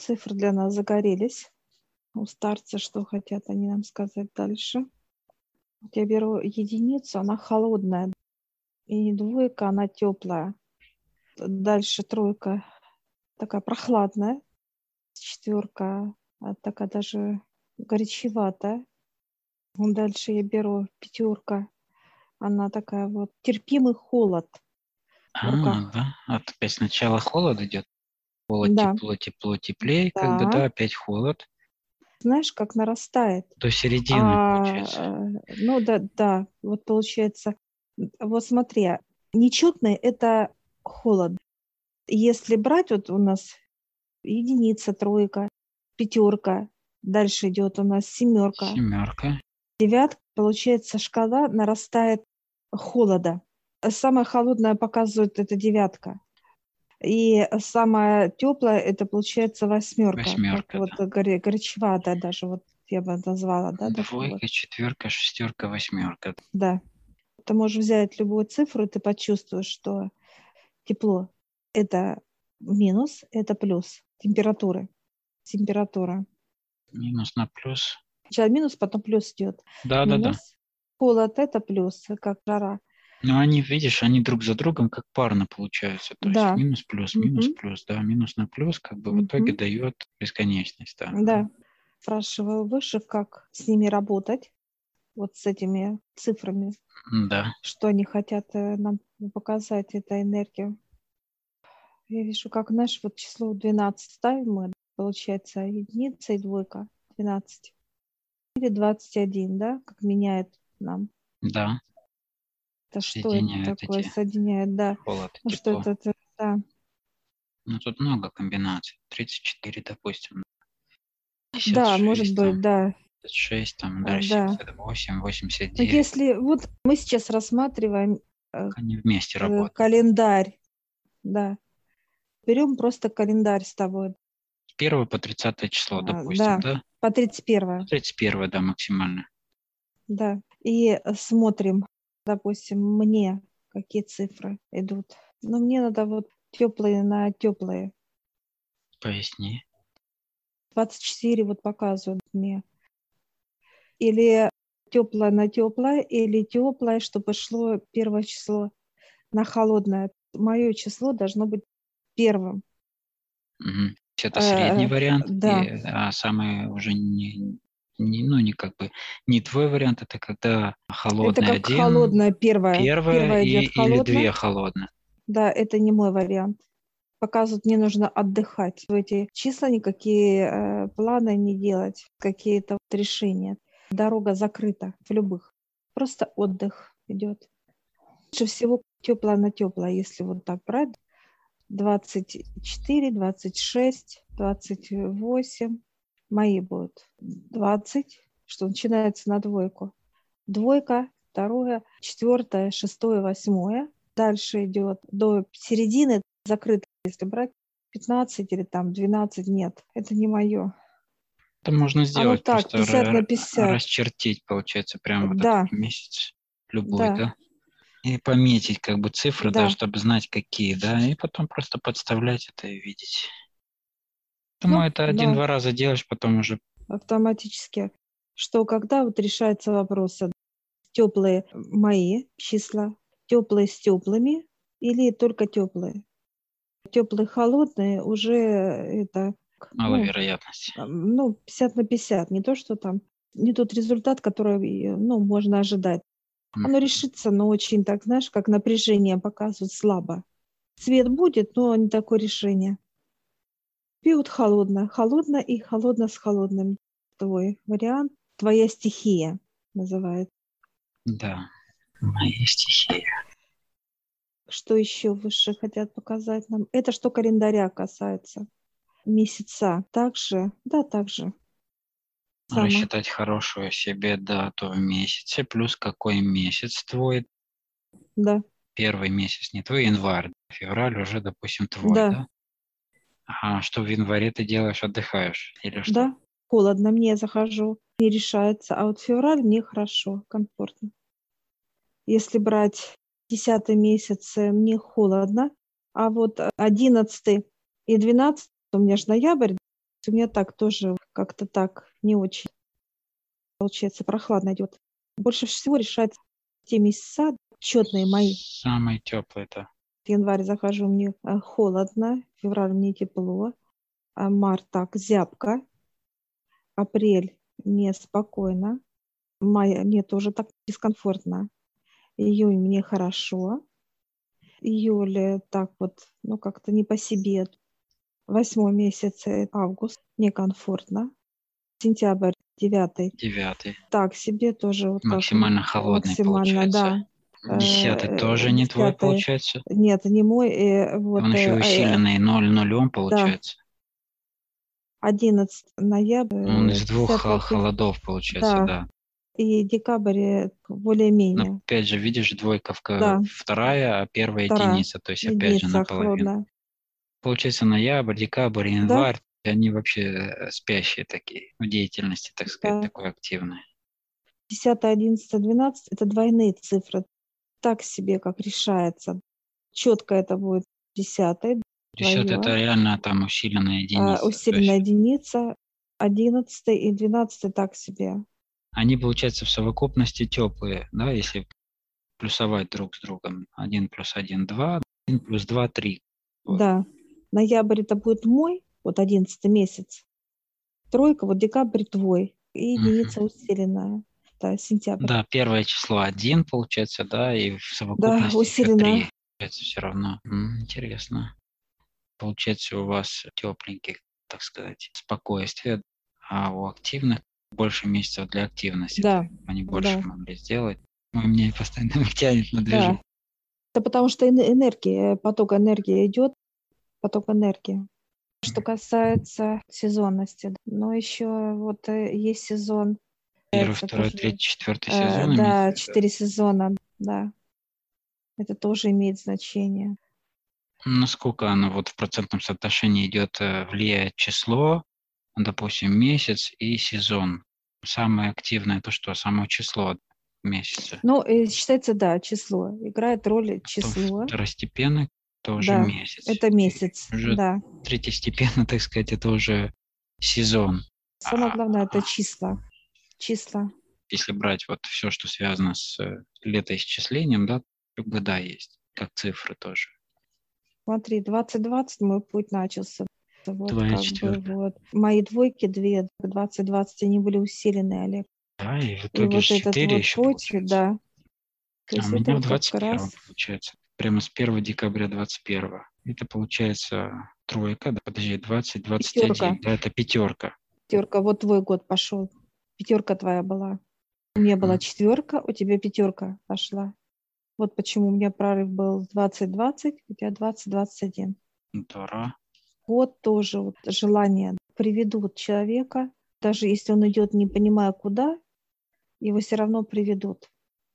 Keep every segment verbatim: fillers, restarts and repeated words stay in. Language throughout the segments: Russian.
Цифры для нас загорелись. У старца что хотят они нам сказать дальше? Вот я беру единицу, она холодная. И двойка, она теплая. Дальше тройка такая прохладная. Четверка а, такая даже горячеватая. Дальше я беру пятерка. Она такая вот терпимый холод в А, руках. да. Вот опять сначала холод идет. Холод, Да, тепло, тепло, теплее, как бы, да. да, опять холод. Знаешь, как нарастает. До середины, получается. А, э, ну да, да, вот получается, м, вот смотри, нечетный– это холод. Если брать, вот у нас единица, тройка, пятерка, дальше идет у нас семерка, Семерка. девятка, получается, шкала нарастает холода. Самая холодная показывает это девятка. И самая теплая это получается восьмерка, как Восьмерка, вот да. горе- горячеватая даже, вот я бы назвала, да, такой вот. Двойка, четверка, шестерка, восьмерка. Да. Ты можешь взять любую цифру, и ты почувствуешь, что тепло– это минус, это плюс температуры. Температура. Минус на плюс. Сначала минус, потом плюс идет. Да, да, да. Минус, холод– это плюс, как жара. Но они, видишь, они друг за другом как парно получаются. То есть Да. минус, плюс, минус, Мгм. плюс, да, минус на плюс, как бы в итоге Мгм. дает бесконечность, да. Да. Спрашиваю выше, как с ними работать, вот с этими цифрами, Да. что они хотят э, нам показать, эту энергию. Я вижу, как наш вот число двенадцать ставим мы, получается единица и двойка, двенадцать. Или двадцать один, да, как меняет нам. Да. Это что это Соединяют такое? эти Соединяет, да. холод и Ну что тепло. это, это, да. Ну, тут много комбинаций. тридцать четыре, допустим. Да, может пятьдесят шесть, там, быть, да. пятьдесят шесть, там, Э, дальше Да. семьдесят восемь, восемьдесят Но девять. если вот мы сейчас рассматриваем э, Они вместе э, работают. календарь, да. Берем просто календарь с тобой. С первого по тридцатое число, А, допустим, да, да? по тридцать первое, тридцать первое, да, максимально. да. И э, смотрим, допустим, мне какие цифры идут. Но мне надо вот теплые на теплые. Поясни. двадцать четыре вот показывают мне. Или теплое на теплое, или теплое, чтобы шло первое число на холодное. Мое число должно быть первым. Мгм. Это средний Э, вариант, и, да, а самый уже не, не, ну, не как бы не твой вариант, это когда это холодный как один, холодное первое. первое Первое и идет или холодное. две холодные. Да, это не мой вариант. Показывают, мне нужно отдыхать. В эти числа никакие э, планы не делать, какие-то вот решения. Дорога закрыта в любых. Просто отдых идет. Лучше всего теплое на теплое, если вот так брать. двадцать четыре, двадцать шесть, двадцать восемь. Мои будут двадцать, что начинается на двойку. Двойка, второе, четвертое, шестое, восьмое. Дальше идет до середины закрыто, если брать пятнадцать или там двенадцать, нет, это не мое. Это можно Оно сделать, так, просто пятьдесят на ра- пятьдесят. расчертить, получается, прям вот этот Да, месяц любой, да, да? И пометить как бы цифры, да, да. чтобы знать какие, да, и потом просто подставлять это и видеть. Думаю, Ну, это да, один-два раза делаешь, потом уже автоматически. Что когда вот решается вопрос, теплые мои числа, теплые с теплыми или только теплые? Теплые, холодные уже это, ну, маловероятность. ам, ну, пятьдесят на пятьдесят. Не то, что там не тот результат, который, э, ну, можно ожидать. Оно М, решится, но очень так, знаешь, как напряжение показывает слабо. Свет будет, но не такое решение. Пьют холодно. Холодно и холодно с холодным. Твой вариант, твоя стихия называют. Да, мои стихии. Что еще выше хотят показать нам? Это что календаря касается. Месяца. Также, да, также. Само. Рассчитать хорошую себе дату в месяце, плюс какой месяц твой. Да, Первый месяц не твой, январь. Февраль уже, допустим, твой, да, да? А что в январе ты делаешь, отдыхаешь или что? да. Холодно мне захожу, не решается. А вот февраль мне хорошо, комфортно. Если брать десятый месяц, э, мне холодно. А вот одиннадцатый и двенадцатый, у меня же ноябрь, У меня так тоже как-то так не очень получается, прохладно идет. Больше всего решает те месяца четные мои. Самый теплый, да. В январь захожу, мне э, холодно, февраль мне тепло, а март так зябко, апрель мне спокойно, май мне тоже так дискомфортно, июнь мне хорошо, июль э, так вот, ну как-то не по себе. Восьмой месяц, э, август, мне комфортно. Сентябрь, девятый, Девятый. так себе тоже вот как м, Максимально холодный максимально, получается. да. Десятый Э, тоже не твой Десятый, получается. нет, не мой, э, Он вот, еще э, а, э, усиленный ноль нулем да, получается. одиннадцатый ноябрь, Он э, из двух десятого, хо- холодов получается, да, да. и декабрь э, Но более-менее, опять же, видишь, двойка да, вторая, а первая вторая единица, то есть опять же единица наполовину. холодная, Получается, ноябрь, декабрь, да, январь, они вообще э, спящие такие, в деятельности, так сказать, да. такой активной. десятое, одиннадцатое, двенадцатое это двойные цифры, так себе как решается. Четко это будет десятый, Десятый это твое, реально там усиленная а, единица. То усиленная есть единица, одиннадцатый и двенадцатый так себе. они, получается, в совокупности теплые, да, если плюсовать друг с другом. Один плюс один, два, один плюс два, три. Вот. Да, ноябрь это будет мой, вот одиннадцатый месяц, тройка, вот декабрь твой, и Мгм. единица усиленная, это сентябрь. Да, первое число один, получается, да, и в Да, совокупности еще усиленная. три. Получается, все равно. М, интересно. Получается, у вас тепленьких, так сказать, спокойствие, а у активных больше месяцев для активности. То Да, есть они больше да, могли сделать. Ой, меня постоянно тянет на да. движение. Это потому что эне- энергия, поток энергии идет, поток энергии. Что касается сезонности, но еще вот э, есть сезон, Первый, это второй, тоже, третий, четвертый э, сезон имеется да, в виду? четыре сезона, да, это тоже имеет значение. Насколько оно вот в процентном соотношении идет, э, влияет число, допустим, месяц и сезон? Самое активное то, что само число месяца. Ну, э, считается, да, число, играет роль Кто число, второстепенный, то уже да, месяц. это И месяц, уже да. третьестепенно, так сказать, это уже сезон. Самое А главное это числа, числа. если брать вот все, что связано с э, летоисчислением, да, как бы да, есть, как цифры тоже. Смотри, двадцать двадцать мой путь начался. Вот Твоя как бы четвертая. вот мои двойки две, двадцать двадцать они были усиленные, Олег. Да, и в И итоге вот ж этот четыре вот еще путь, получается. да, то А у есть это меня в вот как двадцать первом раз, получается. Прямо с первого декабря двадцать первого. Это получается тройка, да, подожди, двадцать, двадцать пятерка, один. Да, это пятерка. пятерка, вот твой год пошел, пятерка твоя была. У меня была М, четверка, у тебя пятерка пошла. Вот почему у меня прорыв был двадцать двадцать, у тебя двадцать двадцать один. Здорово. Вот тоже вот желание приведут человека, даже если он идет не понимая куда, его все равно приведут.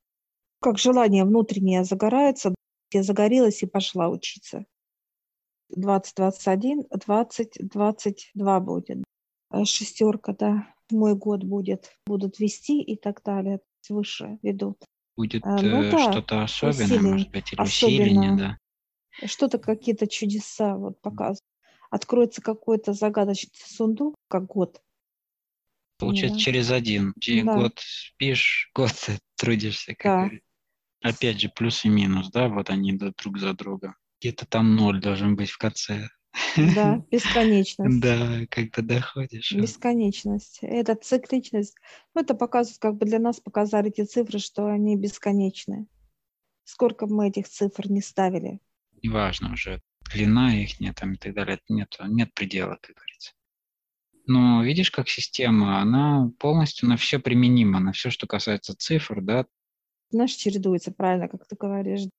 Как желание внутреннее загорается, я загорелась и пошла учиться. двадцать двадцать один, двадцать двадцать два будет. А шестерка, да, мой год будет. Будут вести и так далее. Выше ведут. Будет А, ну э, да, что-то особенное, усилень, может быть, или усиление, особенно да. что-то, какие-то чудеса вот показывают. Откроется какой-то загадочный сундук, как год. Получается, Именно. через один. Где Да, год спишь, год трудишься, как да, говорится. Опять же, плюс и минус, да, вот они идут друг за другом. Где-то там ноль должен быть в конце. да, бесконечность. Да, когда доходишь. а. Бесконечность. Это цикличность. Ну, это показывает, как бы для нас показали эти цифры, что они бесконечны. Сколько бы мы этих цифр не ставили. Неважно уже, длина их нет там и так далее. Нет, нет предела, как говорится. Но видишь, как система, она полностью на все применима, на все, что касается цифр, да, Знаешь, чередуется, правильно, как ты говоришь.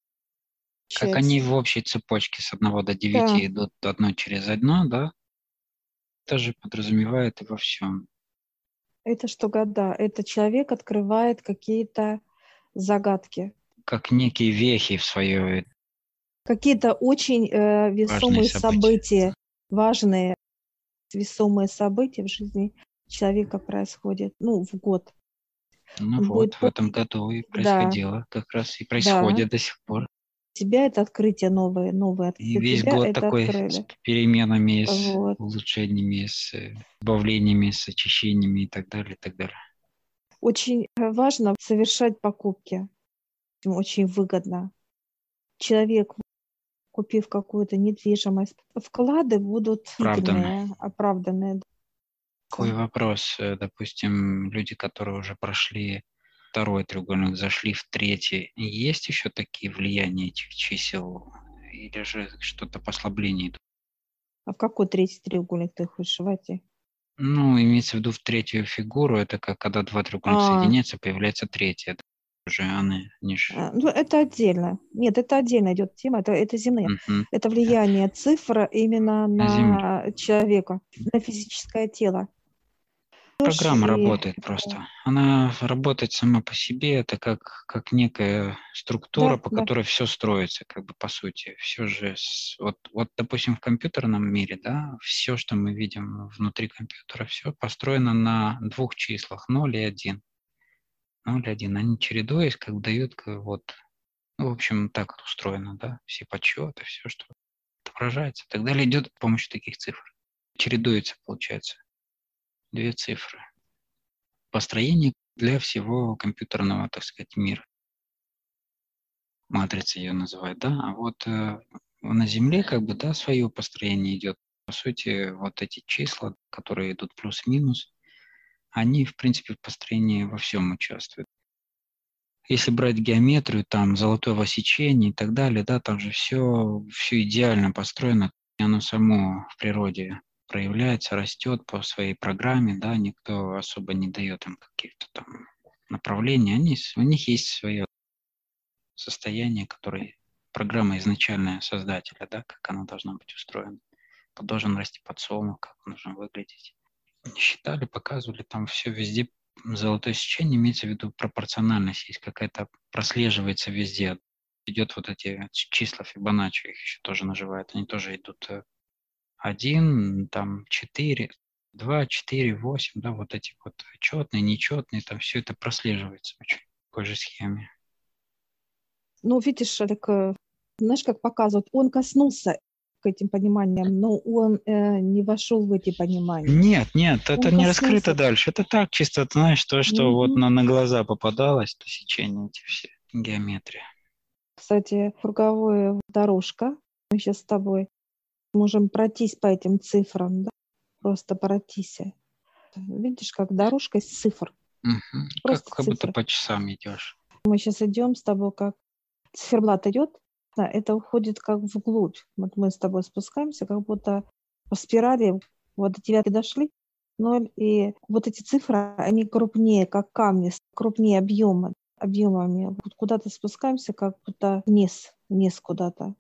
как они Получается. в общей цепочке с одного до Да, девяти идут одно через одно, да, это же подразумевает и во всем. это что года. Это человек открывает какие-то загадки. Как некие вехи в свое Какие-то очень э, важные весомые события. события, важные весомые события в жизни человека происходят. Ну, в год. Ну Он вот, будет в этом помнить. году и Да, происходило, как раз и да. происходит до сих пор. тебя это открытие новое, новое. И Для весь тебя год это такой с открыли. переменами, с Вот. улучшениями, с э, добавлениями, с очищениями и так далее, и так далее. Очень э, важно совершать покупки. Очень выгодно. Человек, купив какую-то недвижимость, вклады будут Оправданно. длительные, оправданные. Такой вопрос. э, Допустим, люди, которые уже прошли второй треугольник, зашли в третий, есть еще такие влияния этих чисел? Или же что-то послабление идут? А в какой третий треугольник ты хочешь войти? Ну, имеется в виду в третью фигуру, это как когда два треугольника А, соединяются, появляется третья. да. Уже они, они ж- а, ну, это отдельно. Нет, это отдельно идет тема, это, это земные. Мгм. Это влияние цифр именно На Земле. на человека, на физическое тело. Ложь Программа и работает просто. Она работает сама по себе, это как, как некая структура, да, по да, которой все строится, как бы по сути. Все же, с- вот, вот, допустим, в компьютерном мире, да, все, что мы видим внутри компьютера, все построено на двух числах, ноль и один. ноль и один. Они чередуясь, как бы дают, как вот, ну, в общем, так это устроено, да, все подсчеты, все, что отображается. И так далее идет с помощью таких цифр. Чередуется, получается, две цифры. Построение для всего компьютерного, так сказать, мира. Матрица ее называют, да. А вот э, на Земле как бы, да, свое построение идет. По сути, вот эти числа, которые идут плюс-минус, они, в принципе, в построении во всем участвуют. Если брать геометрию, там, золотое сечение и так далее, да, там же все, все идеально построено, и оно само в природе проявляется, растет по своей программе, да, никто особо не дает им каких-то там направлений, они, с- у них есть свое состояние, которое программа изначальная создателя, да, как оно должно быть устроено. Как должен расти подсолнух, как он должен выглядеть. Считали, показывали, там все везде золотое сечение, имеется в виду пропорциональность, есть какая-то, прослеживается везде. Идет вот эти числа Фибоначчи, их еще тоже называют, они тоже идут э, один, там четыре, два, четыре, восемь, да, вот эти вот четные, нечетные, там все это прослеживается очень в такой же схеме. ну, видишь, так, э, знаешь, как показывают, он коснулся к этим пониманиям, но он э, не вошел в эти понимания. Нет, нет, это Он не раскрыто коснулся. дальше. Это так, чисто, ты знаешь, то, что вот Мгм. на, на глаза попадалось, то сечение эти все, геометрия. Кстати, круговая дорожка. Мы сейчас с тобой можем пройтись по этим цифрам, да? Просто пройтись. Видишь, как дорожка из цифр. Мгм. Как, Просто как будто цифры. по часам идешь. Мы сейчас идем с тобой, как циферблат идет, да, это уходит как вглубь. Вот мы с тобой спускаемся, как будто по спирали, вот до девятки дошли, ноль, и вот эти цифры, они крупнее, как камни, с- крупнее объема, объемами. Вот куда-то спускаемся, как будто вниз, вниз куда-то.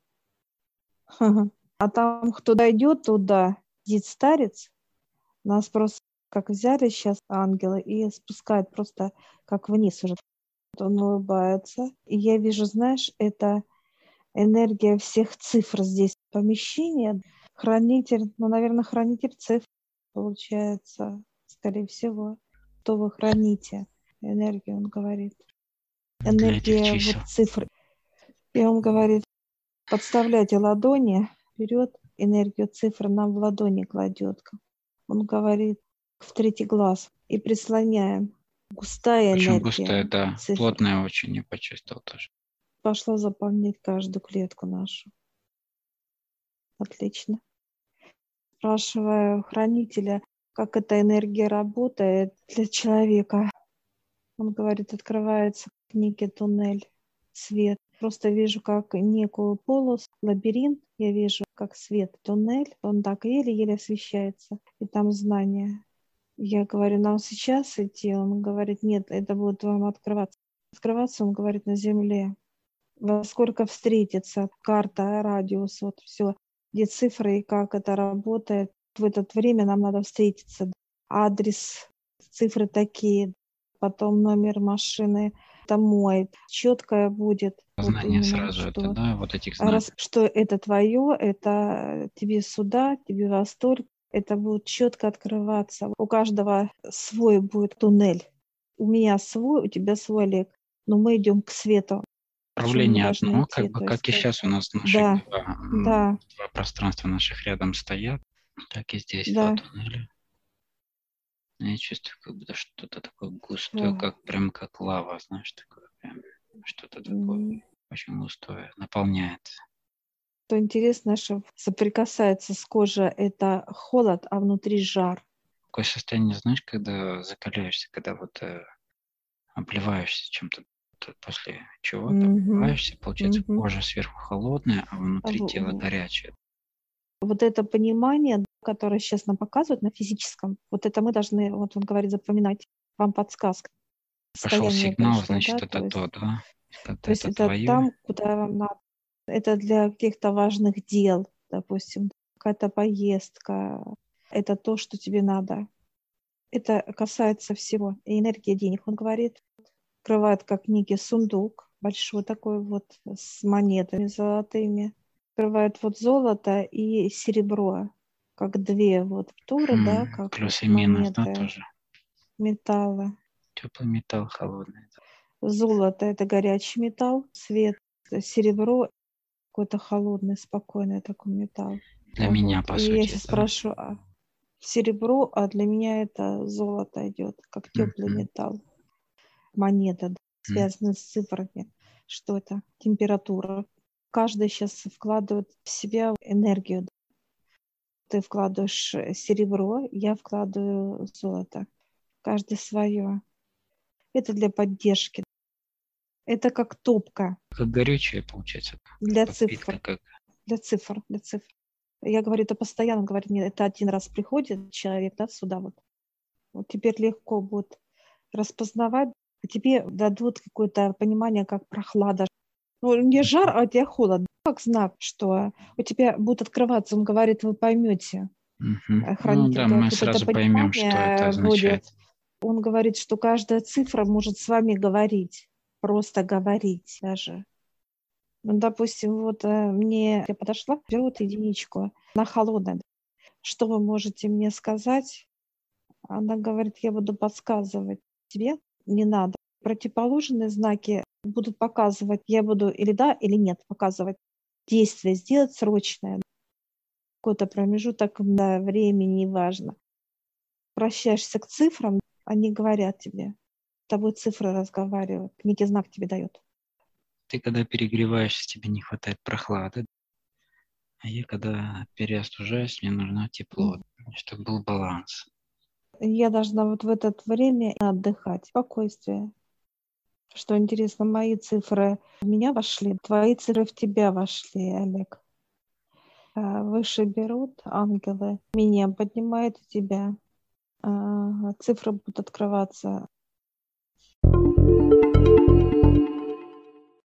А там, кто дойдет туда, сидит старец, нас просто как взяли сейчас ангелы и спускают просто как вниз уже. Он улыбается. И я вижу, знаешь, это энергия всех цифр здесь помещения. Хранитель, ну, наверное, хранитель цифр получается, скорее всего. Что вы храните? Энергию, он говорит. Для этих Энергия вот чисел. цифр. И он говорит, подставляйте ладони вперед, энергию цифр нам в ладони кладет. Он говорит в третий глаз. И прислоняем. Густая Очень густая, энергия да. цифр. Плотная очень, я почувствовал тоже. Пошла заполнять каждую клетку нашу. Отлично. Спрашиваю хранителя, как эта энергия работает для человека. Он говорит, открывается в книге туннель, свет. Просто вижу как некую полосу, лабиринт. Я вижу как свет, туннель. Он так еле-еле освещается. И там знания. Я говорю, нам сейчас идти? Он говорит, нет, это будет вам открываться. Открываться, он говорит, на земле. Во сколько встретится карта, радиус, вот все, где цифры и как это работает. В это время нам надо встретиться. Адрес, цифры такие, потом номер машины, это мой. Четкое будет, вот Знание именно, сразу это, что, да, вот этих раз, знаков. что это твое, это тебе сюда, тебе восток, это будет четко открываться. У каждого свой будет туннель. У меня свой, у тебя свой, Олег. Но мы идем к свету. чем мы Направление должны одно, как идти. бы То как и есть, э, сейчас у нас наши да, два, м, да, два пространства наших рядом стоят, так и здесь два да. туннеля. Я чувствую, как будто что-то такое густое, Ох, как прям как лава, знаешь, такое прям что-то такое м. очень густое, наполняет. То интересно, что соприкасается с кожей это холод, а внутри жар. Такое состояние, знаешь, когда закаляешься, когда вот э, обливаешься чем-то, т- после чего-то Мгм, обливаешься, получается мгм. кожа сверху холодная, а А внутри в тело в горячее. Вот это понимание, которое сейчас нам показывают на физическом, вот это мы должны, вот он говорит, запоминать. Вам подсказка. Пошел Состояние сигнал, пришло, да, значит, то это есть то, да? то Когда есть это это твое, там, куда вам надо. Это для каких-то важных дел, допустим, какая-то поездка. Это то, что тебе надо. Это касается всего. И энергия денег, он говорит. Открывает как некий сундук, большой такой вот, с монетами золотыми. Открывает вот золото и серебро, как две вот туры, да, м, как вот плюс и минус, да, монеты, тоже. металла. Теплый металл, холодный. Да. Золото — это горячий металл, свет, э, серебро — какой-то холодный, спокойный такой металл. Для меня, Вот. по И я сути, сейчас да. спрошу, а серебро, а для меня это золото идет, как теплый Мгм, металл. Монета, да, м. связанная с цифрами. Что это? Температура. Каждый сейчас вкладывает в себя энергию. Ты вкладываешь э, серебро, я вкладываю золото. Каждый свое. Это для поддержки. Это как топка Как горючее, получается, для подпитка, цифр. как Для цифр. Для цифр. Я говорю, это постоянно, говорит мне, это один раз приходит человек, да, сюда вот. Вот теперь легко будет распознавать, а тебе дадут какое-то понимание, как прохлада. Ну, не жар, а у тебя холод. Как знак, что у тебя будет открываться. Он говорит, вы поймете. Мгм. Э, Ну Хранитель да, говорит, мы вот это сразу поймем, что это понимание означает. будет. Он говорит, что каждая цифра может с вами говорить. Просто говорить даже. Ну, допустим, вот э, мне я подошла, беру вот единичку, она холодная. Что вы можете мне сказать? Она говорит, я буду подсказывать тебе, не надо. Противоположные знаки будут показывать, я буду или да, или нет показывать. Действие сделать срочное, какой-то промежуток да, времени, неважно. Обращаешься к цифрам, они говорят тебе, с тобой цифры разговаривают, некий знак тебе дает. Ты когда перегреваешься, тебе не хватает прохлады, а я когда переостужаюсь, мне нужно тепло, М. чтобы был баланс. Я должна вот в это время отдыхать, спокойствие. Что интересно, мои цифры в меня вошли, твои цифры в тебя вошли, Олег. А, Выше берут ангелы, меня поднимают тебя. А, Цифры будут открываться.